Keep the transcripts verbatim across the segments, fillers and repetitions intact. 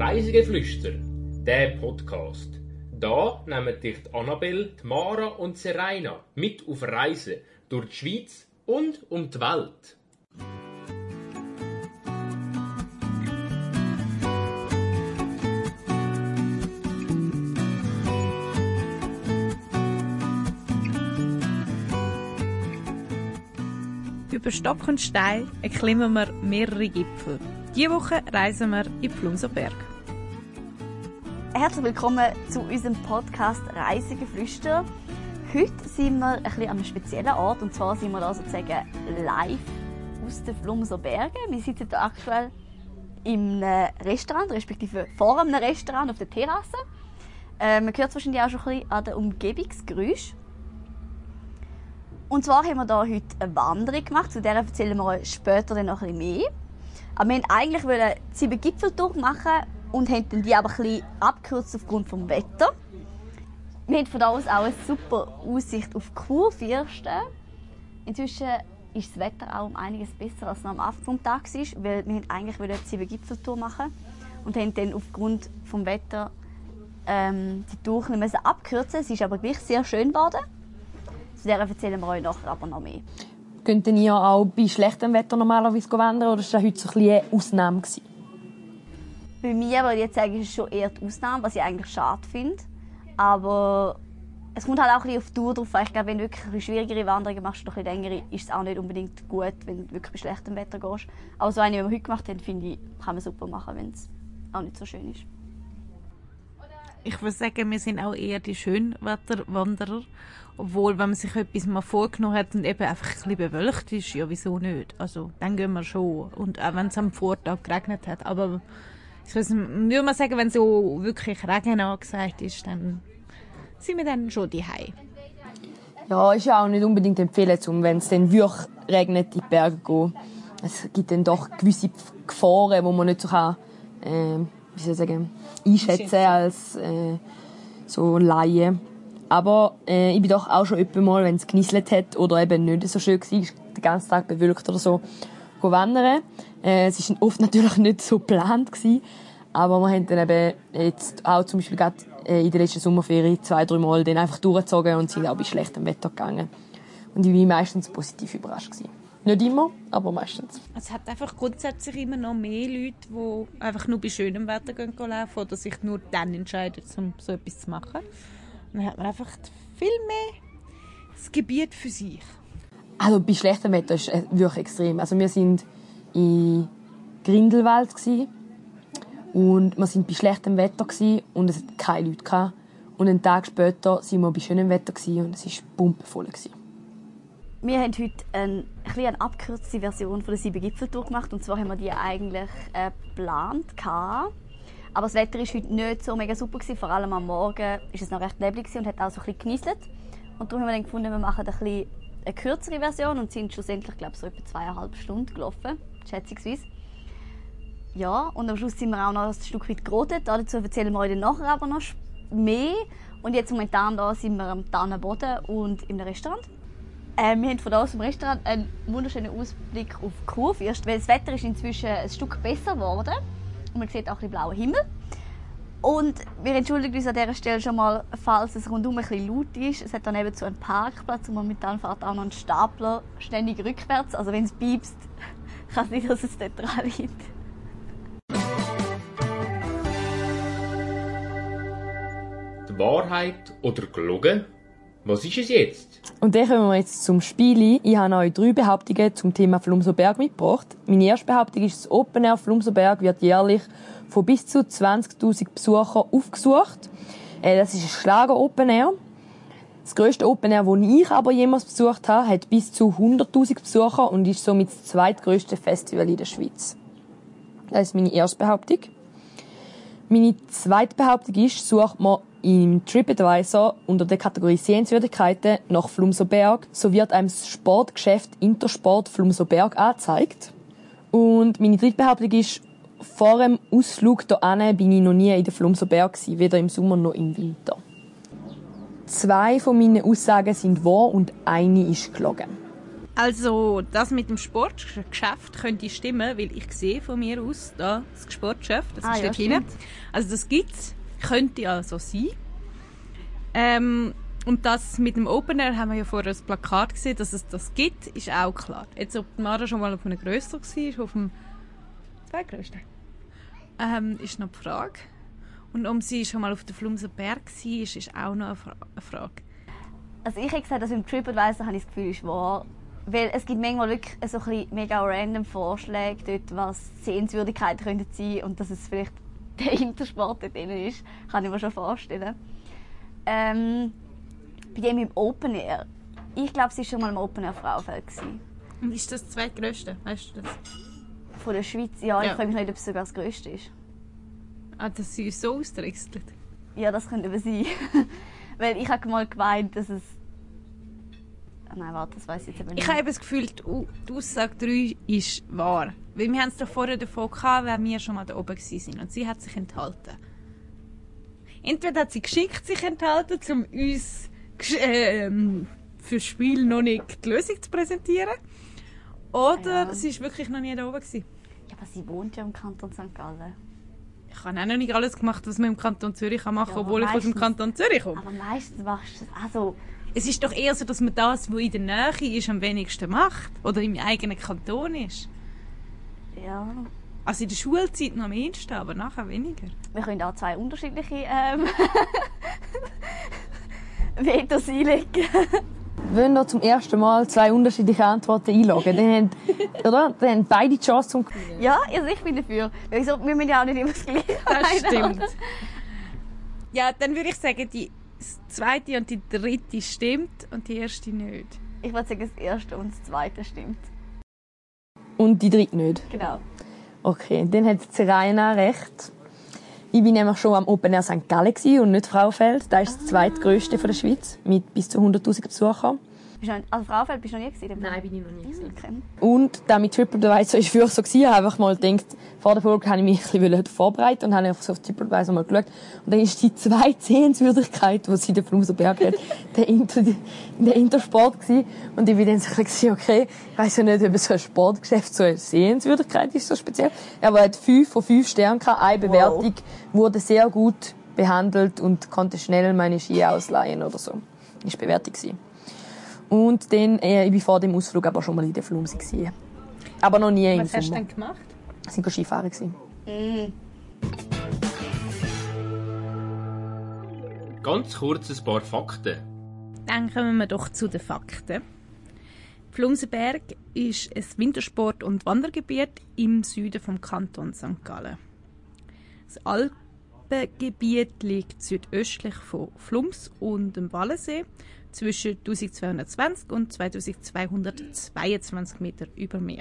Reisegeflüster, der Podcast. Da nehmen dich die Annabelle, die Mara und die Serena mit auf Reisen durch die Schweiz und um die Welt. Über Stock und Stein erklimmen wir mehrere Gipfel. Diese Woche reisen wir in die Flumser Berg. Herzlich willkommen zu unserem Podcast Reisegeflüster. Heute sind wir ein bisschen an einem speziellen Ort, und zwar sind wir da sozusagen live aus den Flumser Bergen. Wir sitzen hier aktuell im Restaurant, respektive vor einem Restaurant auf der Terrasse. Äh, man hört es wahrscheinlich auch schon ein bisschen an den Umgebungsgeräuschen. Und zwar haben wir hier heute eine Wanderung gemacht, zu der erzählen wir euch später dann noch ein bisschen mehr. Aber wir wollten eigentlich sieben Gipfeltour machen und haben dann die aber ein bisschen abgekürzt aufgrund des Wetters. Wir haben von da aus auch eine super Aussicht auf Kurfürsten. Inzwischen ist das Wetter auch um einiges besser als noch am Anfang des Tages war, weil wir eigentlich eine sieben Gipfeltour machen und haben dann aufgrund des Wetters ähm, die Tour nicht mehr abkürzen. Es ist aber gleich sehr schön geworden. Zu der erzählen wir euch nachher aber noch mehr. Könnt ihr auch bei schlechtem Wetter normalerweise wandern, oder war das heute so ein bisschen eine Ausnahme? Bei mir würde ich jetzt sagen, ist es schon eher die Ausnahme, was ich eigentlich schade finde. Aber es kommt halt auch ein bisschen auf die Tour drauf. Ich glaube, wenn du wirklich ein bisschen schwierigere Wanderungen machst oder ein bisschen längere, ist es auch nicht unbedingt gut, wenn du wirklich bei schlechtem Wetter gehst. Aber so eine, die wir heute gemacht haben, finde ich, kann man super machen, wenn es auch nicht so schön ist. Ich würde sagen, wir sind auch eher die Schönwetterwanderer. Obwohl, wenn man sich etwas mal vorgenommen hat und eben einfach ein bisschen bewölkt ist, ja, wieso nicht? Also, dann gehen wir schon. Und auch wenn es am Vortag geregnet hat. Aber ich würde mal sagen, wenn so wirklich Regen angesagt ist, dann sind wir dann schon daheim. Ja, ist ja auch nicht unbedingt empfehlenswert, wenn es dann wirklich regnet, in die Berge gehen. Es gibt dann doch gewisse Gefahren, die man nicht so kann, äh, wie soll ich sagen, einschätzen als äh, so Laie. Aber äh, ich bin doch auch schon öppe mal, wenn es genieselt hat oder eben nicht so schön war, den ganzen Tag bewölkt oder so, wandern. Äh, es war oft natürlich nicht so geplant gewesen, aber wir haben dann eben jetzt auch zum Beispiel gerade äh, in der letzten Sommerferien zwei, drei Mal dann einfach durchgezogen und sind auch bei schlechtem Wetter gegangen. Und ich war meistens positiv überrascht gewesen. Nicht immer, aber meistens. Es hat einfach grundsätzlich immer noch mehr Leute, die einfach nur bei schönem Wetter gehen laufen oder sich nur dann entscheiden, um so etwas zu machen. Dann hat man einfach viel mehr das Gebiet für sich. Also bei schlechtem Wetter ist es wirklich extrem. Also wir waren in Grindelwald und wir waren bei schlechtem Wetter und es hatte keine Leute. Und einen Tag später waren wir bei schönem Wetter und es war pumpenvoll. Wir haben heute eine, eine abgekürzte Version von der sieben Gipfeltour gemacht. Und zwar haben wir die eigentlich äh, geplant. Aber das Wetter war heute nicht so mega super. Vor allem am Morgen war es noch recht neblig und hat auch so ein bisschen genieselt. Und darum haben wir dann gefunden, wir machen ein bisschen eine kürzere Version und sind schlussendlich, glaube ich, so etwa zweieinhalb Stunden gelaufen, schätzungsweise. Ja, und am Schluss sind wir auch noch ein Stück weit gerodet. Dazu erzählen wir euch dann nachher aber noch mehr. Und jetzt momentan da sind wir am Tannenboden und im Restaurant. Äh, wir haben von da aus dem Restaurant einen wunderschönen Ausblick auf Kurfürst, weil das Wetter ist inzwischen ein Stück besser geworden. Und man sieht auch den blauen Himmel. Und wir entschuldigen uns an dieser Stelle schon mal, falls es rundum ein bisschen laut ist. Es hat dann eben so einen Parkplatz und momentan fährt auch noch ein Stapler ständig rückwärts. Also wenn es piepst, kann es nicht, dass es dort dran liegt. Die Wahrheit oder gelogen? Was ist es jetzt? Und dann kommen wir jetzt zum Spiel. Ich habe euch drei Behauptungen zum Thema Flumser Berg mitgebracht. Meine erste Behauptung ist, das Open Air Flumser Berg wird jährlich von bis zu zwanzigtausend Besuchern aufgesucht. Das ist ein Schlager Open Air. Das grösste Open Air, das ich aber jemals besucht habe, hat bis zu hunderttausend Besucher und ist somit das zweitgrösste Festival in der Schweiz. Das ist meine erste Behauptung. Meine zweite Behauptung ist, sucht man im TripAdvisor unter der Kategorie Sehenswürdigkeiten nach Flumser Berg, so wird einem das Sportgeschäft Intersport Flumser Berg angezeigt. Und meine dritte Behauptung ist, vor dem Ausflug hierhin bin ich noch nie in der Flumser Berg gewesen, weder im Sommer noch im Winter. Zwei von meinen Aussagen sind wahr und eine ist gelogen. Also, das mit dem Sportgeschäft könnte stimmen, weil ich sehe von mir aus da das Sportgeschäft, das Ah, ist ja, dort hinten. stimmt. Also das gibt's, könnte also sein. Ähm, und das mit dem Open Air haben wir ja vorher das Plakat gesehen, dass es das gibt, ist auch klar. Jetzt, ob Mara schon mal auf einem grösseren war, auf dem zweitgrössten, ähm, ist noch die Frage. Und ob sie schon mal auf dem Flumser Berg war, ist, ist auch noch eine, Fra- eine Frage. Also ich habe gesagt, dass im TripAdvisor habe ich das Gefühl, ist wahr. Weil es gibt manchmal wirklich so ein bisschen mega random Vorschläge, dort, was Sehenswürdigkeiten könnten sein und dass es vielleicht der Intersport dort drin ist, kann ich mir schon vorstellen. Ähm, bei dem im Open Air, ich glaube, sie war schon mal im Open Air Frauenfeld. Und ist das das zweitgrösste? Weißt du das? Von der Schweiz, ja, ich Ja. frage mich nicht, ob es sogar das grösste ist. Ah, dass sie uns so ausdrechselt. Ja, das könnte aber sein. Weil ich habe mal gemeint, dass es... Nein, warte, das weiss ich jetzt aber nicht. Ich habe eben das Gefühl, die, Au- die Aussage drei ist wahr. Weil wir haben es doch vorher davon gehabt, wenn wir schon mal da oben waren. Und sie hat sich enthalten. Entweder hat sie geschickt sich enthalten, um uns gesch- ähm, für das Spiel noch nicht die Lösung zu präsentieren. Oder Ja. sie war wirklich noch nie da oben gewesen. Ja, aber sie wohnt ja im Kanton Sankt Gallen. Ich habe auch noch nicht alles gemacht, was man im Kanton Zürich machen kann, Ja, aber obwohl ich aus dem meistens- Kanton Zürich komme. Aber meistens machst du das... Also, Es ist doch eher so, dass man das, was in der Nähe ist, am wenigsten macht. Oder im eigenen Kanton ist. ja... Also in der Schulzeit noch am ehesten, aber nachher weniger. Wir können auch zwei unterschiedliche ähm, Vetos einlegen. Wenn ihr zum ersten Mal zwei unterschiedliche Antworten einloggen, dann haben, oder? Dann haben beide die Chance zum Gewinnen. Ja, also ich bin dafür. Weil so, wir müssen ja auch nicht immer das Gleiche Das meinen. stimmt. Ja, dann würde ich sagen, die zweite und die dritte stimmt und die erste nicht. Ich würde sagen, das erste und das zweite stimmt. Und die dritte nicht. Genau. Okay, dann hat Serena recht. Ich war nämlich schon am Open Air Sankt Gallen und nicht Frauenfeld. Das ist das zweitgrösste von der Schweiz, mit bis zu hunderttausend Besuchern. Bist du noch, also Frauenfeld bist du noch nie gewesen? Nein, bin ich noch nie gesehen. Okay. Und da mit TripAdvisor ist für so gewesen, ich habe einfach mal gedacht, vor der Folge habe ich mich ein bisschen vorbereitet und habe einfach so auf TripAdvisor mal geschaut. Und dann ist die zweite Sehenswürdigkeit, die sie in der Flumser Berg hat, der, Inter, der Intersport gewesen. Und ich bin dann so ein bisschen, okay, ich weiss ja nicht, ob so ein Sportgeschäft so eine Sehenswürdigkeit ist, so speziell. Aber er hat fünf von fünf Sternen gehabt, eine Bewertung, wurde sehr gut behandelt und konnte schnell meine Ski ausleihen oder so. Das war Bewertung gewesen. Und dann, äh, ich war vor dem Ausflug aber schon mal in der Flumsi gewesen. Aber noch nie im Was hast du Sommer. denn gemacht? Wir sind Skifahren gewesen. Ganz kurz ein paar Fakten. Dann kommen wir doch zu den Fakten. Flumserberg ist ein Wintersport- und Wandergebiet im Süden vom Kanton Sankt Gallen. Das Alpengebiet liegt südöstlich von Flums und dem Wallensee zwischen eintausendzweihundertzwanzig und zweitausendzweihundertzweiundzwanzig Meter über Meer.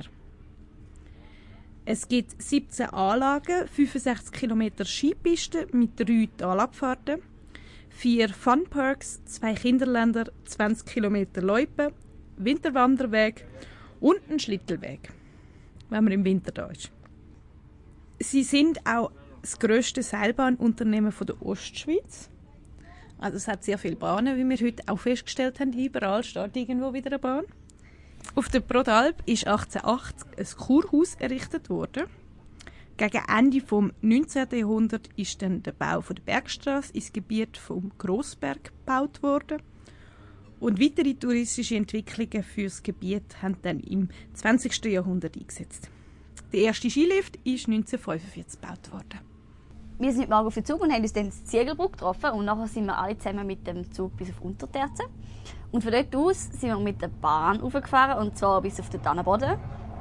Es gibt siebzehn Anlagen, fünfundsechzig Kilometer Skipisten mit drei Talabfahrten, vier Funparks, zwei Kinderländer, zwanzig Kilometer Loipen, Winterwanderweg und einen Schlittelweg, wenn man im Winter da ist. Sie sind auch das grösste Seilbahnunternehmen von der Ostschweiz. Also es hat sehr viele Bahnen, wie wir heute auch festgestellt haben. Überall steht irgendwo wieder eine Bahn. Auf der Prodalp ist achtzehnhundertachtzig ein Kurhaus errichtet worden. Gegen Ende des neunzehnten Jahrhunderts ist dann der Bau von der Bergstraße ins Gebiet vom Grossberg gebaut worden. Und weitere touristische Entwicklungen für das Gebiet haben dann im zwanzigsten Jahrhundert eingesetzt. Der erste Skilift ist neunzehnhundertfünfundvierzig gebaut worden. Wir sind morgen auf den Zug und haben uns dann in Ziegelbrück getroffen. Und nachher sind wir alle zusammen mit dem Zug bis auf Unterterzen. Und von dort aus sind wir mit der Bahn raufgefahren, und zwar bis auf den Tannenboden.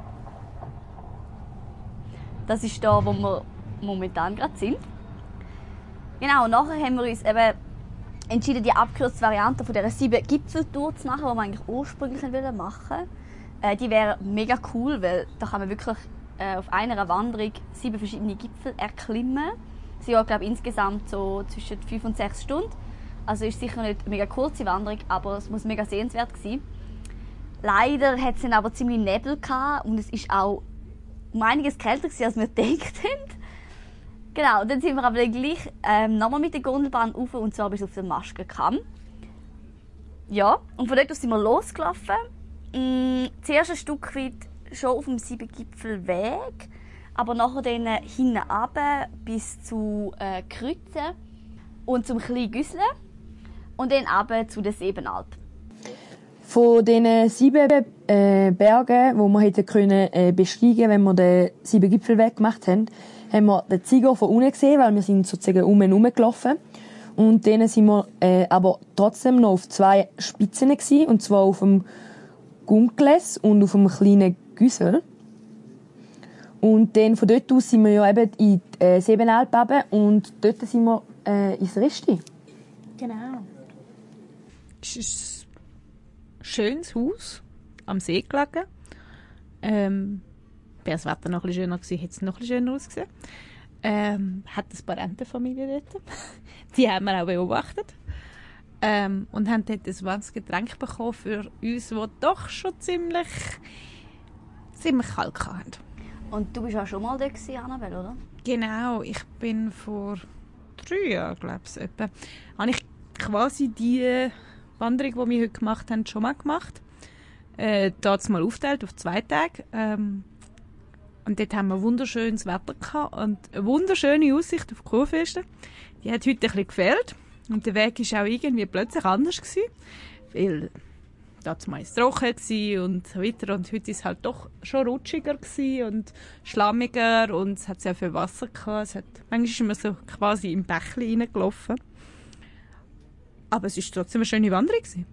Das ist da, wo wir momentan gerade sind. Genau, und nachher haben wir uns eben entschieden, die abgekürzte Variante von dieser sieben Gipfeltour zu machen, die wir eigentlich ursprünglich machen wollten. Äh, die wäre mega cool, weil da kann man wirklich äh, auf einer Wanderung sieben verschiedene Gipfel erklimmen. Sie geht, glaube ich, insgesamt so zwischen fünf und sechs Stunden. Also ist sicher nicht eine mega kurze Wanderung, aber es muss mega sehenswert sein. Leider hat es dann aber ziemlich Nebel gehabt und es ist auch um einiges kälter gewesen, als wir gedacht haben. Genau, dann sind wir aber dann gleich ähm, nochmal mit der Gondelbahn rauf, und zwar bis auf den Maskenkamm. Ja, und von dort aus sind wir losgelaufen. Mm, zuerst ein Stück weit schon auf dem Siebengipfelweg, aber nachher dann hinten runter bis zu äh, Kreuzen und zum kleinen Güsle und dann runter zu der Siebenalp. Von diesen sieben äh, Bergen, die wir hätten können, äh, besteigen, wenn wir den Siebengipfelweg gemacht haben, haben wir den Ziger von unten gesehen, weil wir sind sozusagen um und herum gelaufen. Und dann sind wir äh, aber trotzdem noch auf zwei Spitzen gewesen, und zwar auf dem Gunkles und auf dem kleinen Güsel. Und dann von dort aus sind wir ja eben in die äh, Siebenalp runter und dort sind wir äh, ins Resti. Genau. Es ist ein schönes Haus am See gelegen. Ähm, wäre das Wetter noch ein bisschen schöner gewesen, hätte es noch ein bisschen schöner ausgesehen. Ähm, hat ein paar Entenfamilien dort. Die haben wir auch beobachtet. Ähm, und haben dort ein warmes Getränk bekommen für uns, die doch schon ziemlich, ziemlich kalt hatten. Und du warst auch schon mal dort, Annabelle, oder? Genau, ich bin vor drei Jahren, glaube ich, etwa, habe ich quasi die Wanderung, die wir heute gemacht haben, schon mal gemacht. Äh, dort mal aufgeteilt auf zwei Tage. Ähm, und dort haben wir wunderschönes Wetter gehabt und eine wunderschöne Aussicht auf die Kurfürsten. Die hat heute ein bisschen gefehlt. Und der Weg war auch irgendwie plötzlich anders gewesen, weil dort mal trocken war und so weiter. Und heute war es halt doch schon rutschiger und schlammiger und es hat sehr viel Wasser gehabt. Es hat, manchmal ist man so quasi im Bächlein reingelaufen. Aber es war trotzdem eine schöne Wanderung gewesen.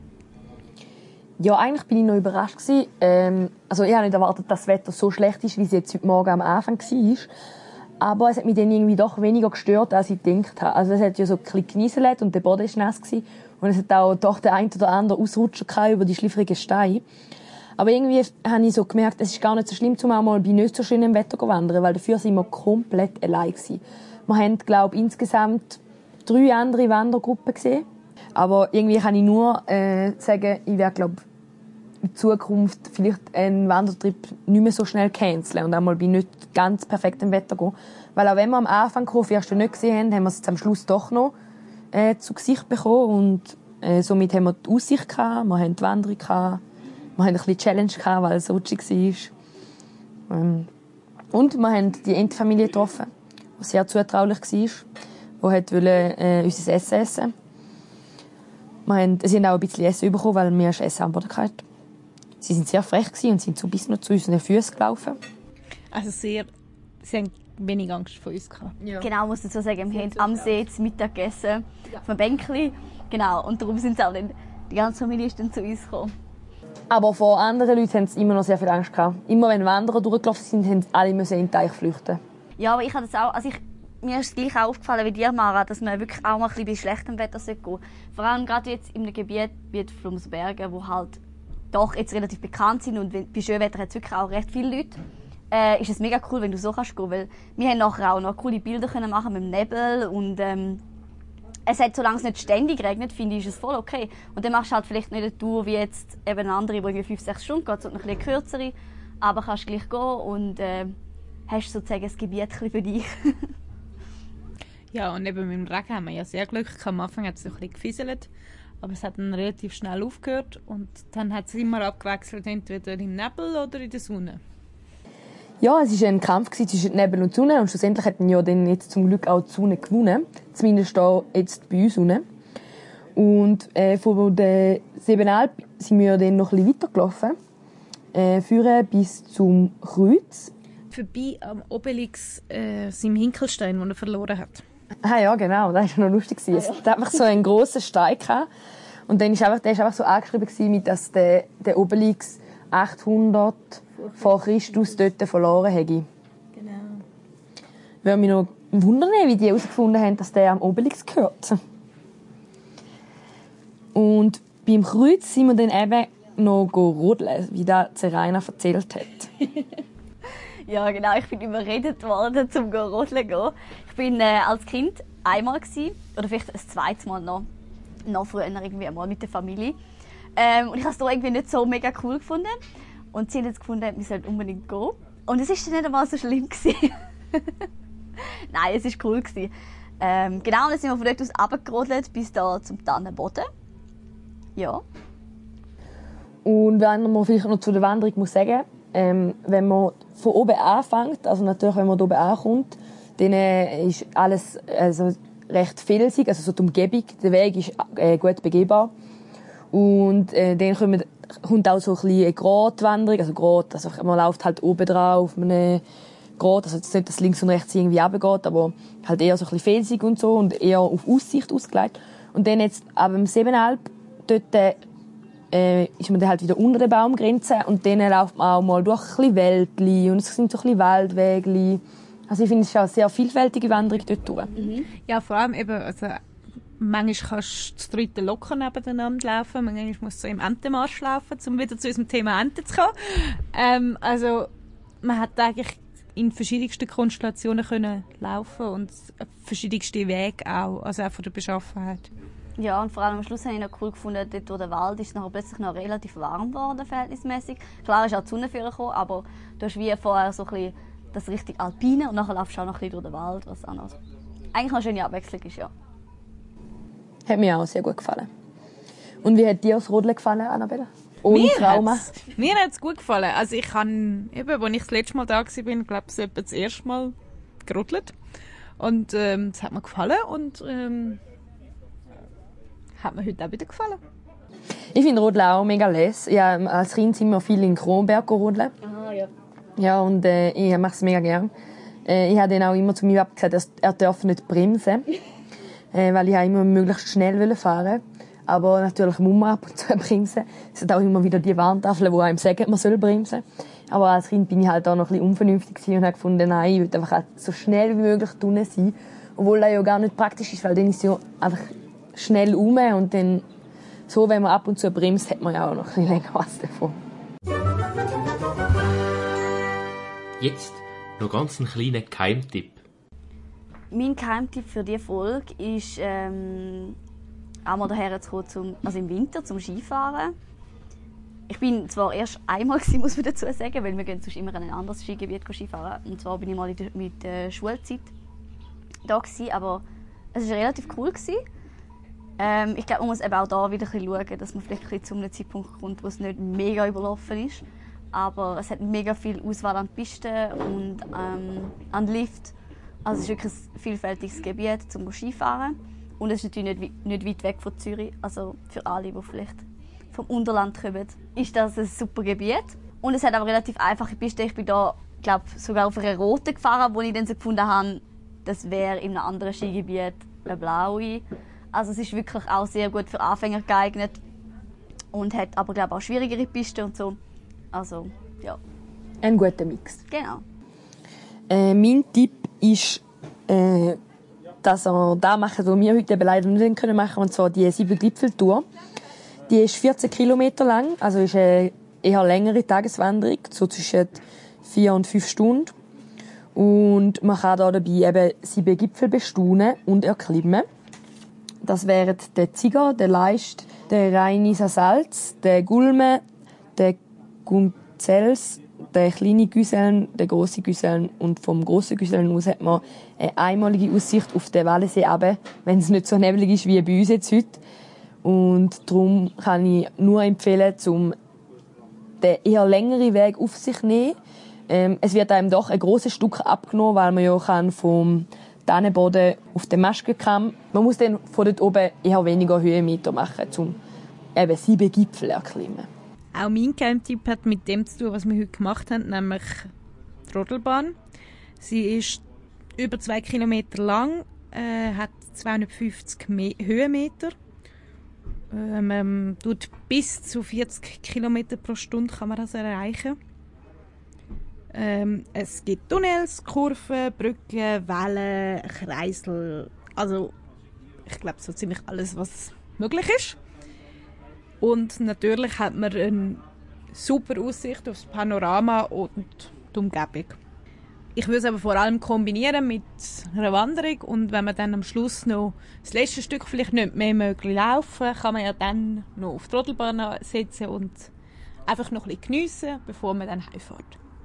Ja, eigentlich bin ich noch überrascht gewesen. Ähm, also ich habe nicht erwartet, dass das Wetter so schlecht ist, wie es jetzt heute Morgen am Anfang war. Aber es hat mich dann irgendwie doch weniger gestört, als ich gedacht habe. Also es hat ja so ein bisschen genieselt und der Boden war nass gewesen. Und es hat auch doch den einen oder anderen Ausrutscher über die schliffrigen Steine. Aber irgendwie habe ich so gemerkt, es ist gar nicht so schlimm, zum auch mal bei nicht so schönem Wetter zu wandern, weil dafür sind wir komplett allein gewesen. Wir haben, glaube ich, insgesamt drei andere Wandergruppen gesehen. Aber irgendwie kann ich nur äh, sagen, ich werde, glaube in Zukunft vielleicht einen Wandertrip nicht mehr so schnell canceln und einmal bei nicht ganz perfektem Wetter gehen. Weil auch wenn wir am Anfang Kurfürsten nicht gesehen haben, haben wir es am Schluss doch noch äh, zu Gesicht bekommen und äh, somit haben wir die Aussicht gehabt, wir haben die Wanderung gehabt, wir haben ein bisschen Challenge gehabt, weil es rutschig war. Ähm, und wir haben die Entenfamilie getroffen, die sehr zutraulich war, die wollte äh, unser Essen essen. Wir haben, sie haben auch ein bisschen Essen bekommen, weil wir Essen am Boden hatten. Sie waren sehr frech und sind so bis noch zu unseren Füßen gelaufen. Also sehr, sie haben wenig Angst vor uns gehabt. Ja. Genau, muss ich dazu sagen, wir haben am See zu Mittag gegessen, ja. Auf einem Bänkchen. Genau, und darum sind sie auch dann, die ganze Familie ist dann zu uns gekommen. Aber vor anderen Leuten haben sie immer noch sehr viel Angst gehabt. Immer wenn Wanderer durchgelaufen sind, mussten alle in den Teich flüchten. Ja, aber ich habe das auch, also ich, mir ist es gleich auch aufgefallen wie dir, Mara, dass man wirklich auch mal ein bisschen bei schlechtem Wetter gehen sollte. Vor allem gerade jetzt in einem Gebiet wie Flumserbergen, wo halt doch jetzt relativ bekannt sind und bei Schönwetter hat es wirklich auch recht viele Leute. Äh, ist es mega cool, wenn du so kannst gehen, weil wir haben nachher auch noch coole Bilder können machen mit dem Nebel und ähm, es hat, solange es nicht ständig regnet, finde ich, ist es voll okay. Und dann machst du halt vielleicht nicht eine Tour wie jetzt eben andere, die fünf, sechs Stunden geht, sondern eine kürzere, aber kannst gleich gehen und äh, hast sozusagen das Gebiet für dich. Ja, und eben mit dem Regen haben wir ja sehr Glück gehabt. Am Anfang hat es ein bisschen gefieselt, aber es hat dann relativ schnell aufgehört und dann hat es immer abgewechselt, entweder im Nebel oder in der Sonne. Ja, es war ein Kampf zwischen Nebel und Sonne und schlussendlich hat ja dann jetzt zum Glück auch die Sonne gewonnen. Zumindest hier jetzt bei uns unten. Und äh, von der Siebenalp sind wir dann noch ein bisschen weitergelaufen. Äh, führen bis zum Kreuz. Vorbei am Obelix, äh, seinem Hinkelstein, den er verloren hat. Ah ja, genau, das war noch lustig. Ah, ja. Es hat einfach so einen grossen Stein gehabt. Und dann ist einfach, der war einfach so angeschrieben, mit, dass der, der Obelix achthundert vor Christus dort verloren hätte. Genau. Würde mich noch wundern, wie die herausgefunden haben, dass der am Obelix gehört. Und beim Kreuz sind wir dann eben noch rodeln, wie das Seraina erzählt hat. Ja, genau. Ich bin überredet worden, zum rodeln zu gehen. Ich bin äh, als Kind einmal gewesen, oder vielleicht ein zweites Mal noch, noch früher irgendwie einmal mit der Familie. Ähm, und ich habe es da irgendwie nicht so mega cool gefunden. Und sie haben jetzt gefunden, wir sollten unbedingt gehen. Und es war dann nicht einmal so schlimm. Nein, es war cool. Ähm, genau, und dann sind wir von dort aus runtergerodelt bis da zum Tannenboden. Ja. Und wenn man vielleicht noch zu der Wanderung muss sagen, ähm, wenn man von oben anfängt, also natürlich, wenn man oben ankommt, dann äh, ist alles also, recht felsig, also so die Umgebung, der Weg ist äh, gut begehbar. Und äh, dann kommt, kommt auch so ein bisschen eine Gratwanderung, also Grat, also man läuft halt oben drauf, man Grat, also nicht, dass links und rechts irgendwie runtergeht, aber halt eher so ein bisschen felsig und so und eher auf Aussicht ausgelegt. Und dann jetzt ab dem Siebenalp, dort äh, ist man dann halt wieder unter der Baumgrenze und dann läuft man auch mal durch ein bisschen Wäldchen und es sind so ein bisschen Waldwege. Also ich finde, es ist auch eine sehr vielfältige Wanderung dort durch. Mhm. Ja, vor allem eben, also manchmal kannst du das dritte locker nebeneinander laufen, manchmal musst du so im Entenmarsch laufen, um wieder zu unserem Thema Enten zu kommen. Ähm, also man hat eigentlich in verschiedensten Konstellationen können laufen und verschiedenste Wege auch, also auch von der Beschaffenheit. Ja, und vor allem am Schluss habe ich noch cool gefunden, dort durch den Wald ist es nachher plötzlich noch relativ warm geworden, verhältnismäßig. Klar ist auch die Sonne vorgekommen, aber du hast wie vorher so ein bisschen das richtig Alpine und nachher laufst du auch noch ein bisschen durch den Wald, was auch noch eigentlich eine schöne Abwechslung ist, ja. Hat mir auch sehr gut gefallen. Und wie hat dir das Rodeln gefallen, Annabella? Ohne mir Trauma? Hat's, mir hat es gut gefallen. Also ich kann, eben, als ich das letzte Mal da war, glaube ich, etwa das erste Mal gerodelt. Und ähm, es hat mir gefallen und ähm, hat mir heute auch wieder gefallen. Ich finde Rodeln auch mega les. Ja, als Kind sind wir viel in Kronberg rodeln. Aha, ja. Ja, und äh, ich mache es mega gerne. Äh, ich habe dann auch immer zu meinem Papa gesagt, er darf nicht bremsen. äh, weil ich auch immer möglichst schnell fahren wollte. Aber natürlich muss man ab und zu bremsen. Es sind auch immer wieder die Warntafeln, die einem sagen, man soll bremsen. Aber als Kind bin ich halt auch noch ein bisschen unvernünftig und habe gefunden, nein, ich will einfach halt so schnell wie möglich drinnen sein. Obwohl das ja gar nicht praktisch ist, weil dann ist es ja einfach schnell rum und dann so, wenn man ab und zu bremst, hat man ja auch noch ein bisschen länger was davon. Jetzt noch ganz einen kleinen Geheimtipp. Mein Geheimtipp für diese Folge ist, ähm, einmal daher zu kommen, zum, also im Winter zum Skifahren. Ich bin zwar erst einmal gewesen, muss man dazu sagen, weil wir gehen sonst immer an ein anderes Skigebiet Skifahren. Und zwar bin ich mal in der, mit der Schulzeit da gewesen, aber es war relativ cool gewesen. Ähm, ich glaube, man muss eben auch da wieder ein bisschen schauen, dass man vielleicht ein bisschen zu einem Zeitpunkt kommt, wo es nicht mega überlaufen ist. Aber es hat mega viel Auswahl an Pisten und ähm, an Lift. Also es ist wirklich ein vielfältiges Gebiet zum Skifahren. Und es ist natürlich nicht, nicht weit weg von Zürich. Also für alle, die vielleicht vom Unterland kommen, ist das ein super Gebiet. Und es hat auch relativ einfache Pisten. Ich bin da, glaube sogar auf einer roten gefahren, wo ich dann so gefunden habe, das wäre in einem anderen Skigebiet eine blaue. Also es ist wirklich auch sehr gut für Anfänger geeignet. Und hat aber, glaube auch schwierigere Pisten und so. Also, ja. Ein guter Mix. Genau. Äh, mein Tipp ist, äh, dass wir das machen, was wir heute eben leider nicht machen können, und zwar die Sieben-Gipfel-Tour. Die ist vierzehn Kilometer lang, also ist eine eher längere Tageswanderung, so zwischen vier und fünf Stunden. Und man kann da dabei eben sieben Gipfel bestaunen und erklimmen. Das wären der Ziger, der Leist, der Rheiniser Salz, der Gulme, der Gunzels, der kleine Güseln, der grosse Güseln und vom grossen Güseln aus hat man eine einmalige Aussicht auf den Wallensee runter, wenn es nicht so nebelig ist wie bei uns jetzt heute. Und darum kann ich nur empfehlen, um den eher längeren Weg auf sich zu nehmen. Ähm, es wird einem doch ein grosses Stück abgenommen, weil man ja kann vom Tannenboden auf den Maskenkamm. Man muss dann von dort oben eher weniger Höhenmeter machen, um eben sieben Gipfel zu erklimmen. Auch mein Geheimtipp hat mit dem zu tun, was wir heute gemacht haben, nämlich die Rodelbahn. Sie ist über zwei Kilometer lang, äh, hat zweihundertfünfzig Me- Höhenmeter. Äh, man tut bis zu vierzig Kilometer pro Stunde kann man das erreichen. Ähm, es gibt Tunnels, Kurven, Brücken, Wellen, Kreisel. Also ich glaube so ziemlich alles, was möglich ist. Und natürlich hat man eine super Aussicht auf das Panorama und die Umgebung. Ich würde es aber vor allem kombinieren mit einer Wanderung. Und wenn man dann am Schluss noch das letzte Stück vielleicht nicht mehr möglich laufen, kann man ja dann noch auf die Rodelbahn setzen und einfach noch ein bisschen geniessen, bevor man dann heimfährt.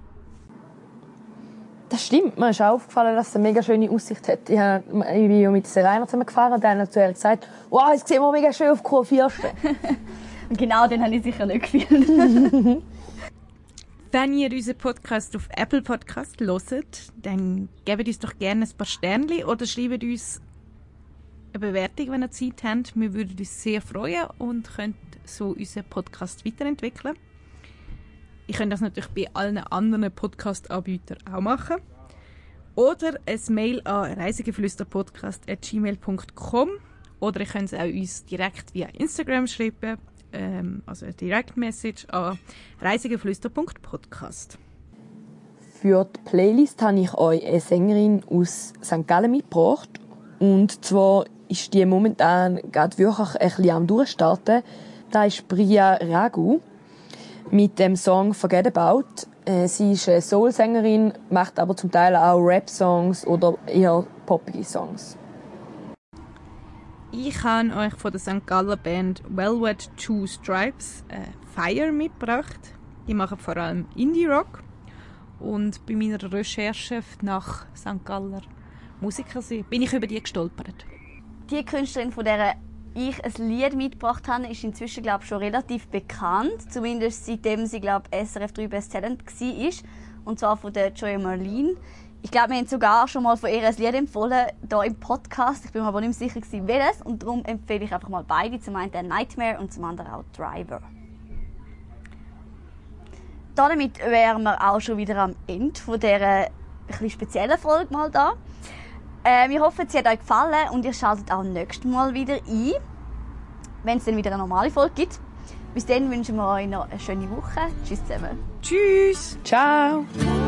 Das stimmt. Mir ist auch aufgefallen, dass es eine mega schöne Aussicht hat. Ich, habe, ich bin ja mit Serena zusammen gefahren und dann hat er gesagt, wow, jetzt sehen wir mega schön auf Kurfürsten. Und genau den habe ich sicher nicht gefühlt. Wenn ihr unseren Podcast auf Apple Podcast hört, dann gebt uns doch gerne ein paar Sternchen oder schreibt uns eine Bewertung, wenn ihr Zeit habt. Wir würden uns sehr freuen und könnt so unseren Podcast weiterentwickeln. Ich könnt das natürlich bei allen anderen Podcast-Anbietern auch machen. Oder ein Mail an reisegeflüsterpodcast at gmail punkt com oder ihr könnt es auch uns direkt via Instagram schreiben, ähm, also eine Direct Message an reisegeflüster punkt podcast. Für die Playlist habe ich euch eine Sängerin aus Sankt Gallen mitgebracht. Und zwar ist die momentan gerade wirklich ein bisschen am Durchstarten. Da ist Priya Raghu mit dem Song «Forget About». Sie ist eine Soul-Sängerin, macht aber zum Teil auch Rap-Songs oder eher poppige Songs. Ich habe euch von der Sankt Galler Band Velvet Two Stripes äh, «Fire» mitgebracht. Die machen vor allem Indie-Rock. Und bei meiner Recherche nach Sankt Galler Musiker bin ich über die gestolpert. Die Künstlerin, von der ich ein Lied mitgebracht habe, ist inzwischen glaube ich, schon relativ bekannt. Zumindest seitdem sie glaube ich, S R F drei Best Talent war. Und zwar von der Joya Marlene. Ich glaube, wir haben sogar schon mal von ihr ein Lied empfohlen, hier im Podcast. Ich bin mir aber nicht mehr sicher, welches. Und darum empfehle ich einfach mal beide. Zum einen «Nightmare» und zum anderen auch «Driver». Damit wären wir auch schon wieder am Ende von dieser etwas speziellen Folge mal da. Äh, wir hoffen, sie hat euch gefallen und ihr schaltet auch nächstes Mal wieder ein, wenn es dann wieder eine normale Folge gibt. Bis dann wünschen wir euch noch eine schöne Woche. Tschüss zusammen. Tschüss. Ciao.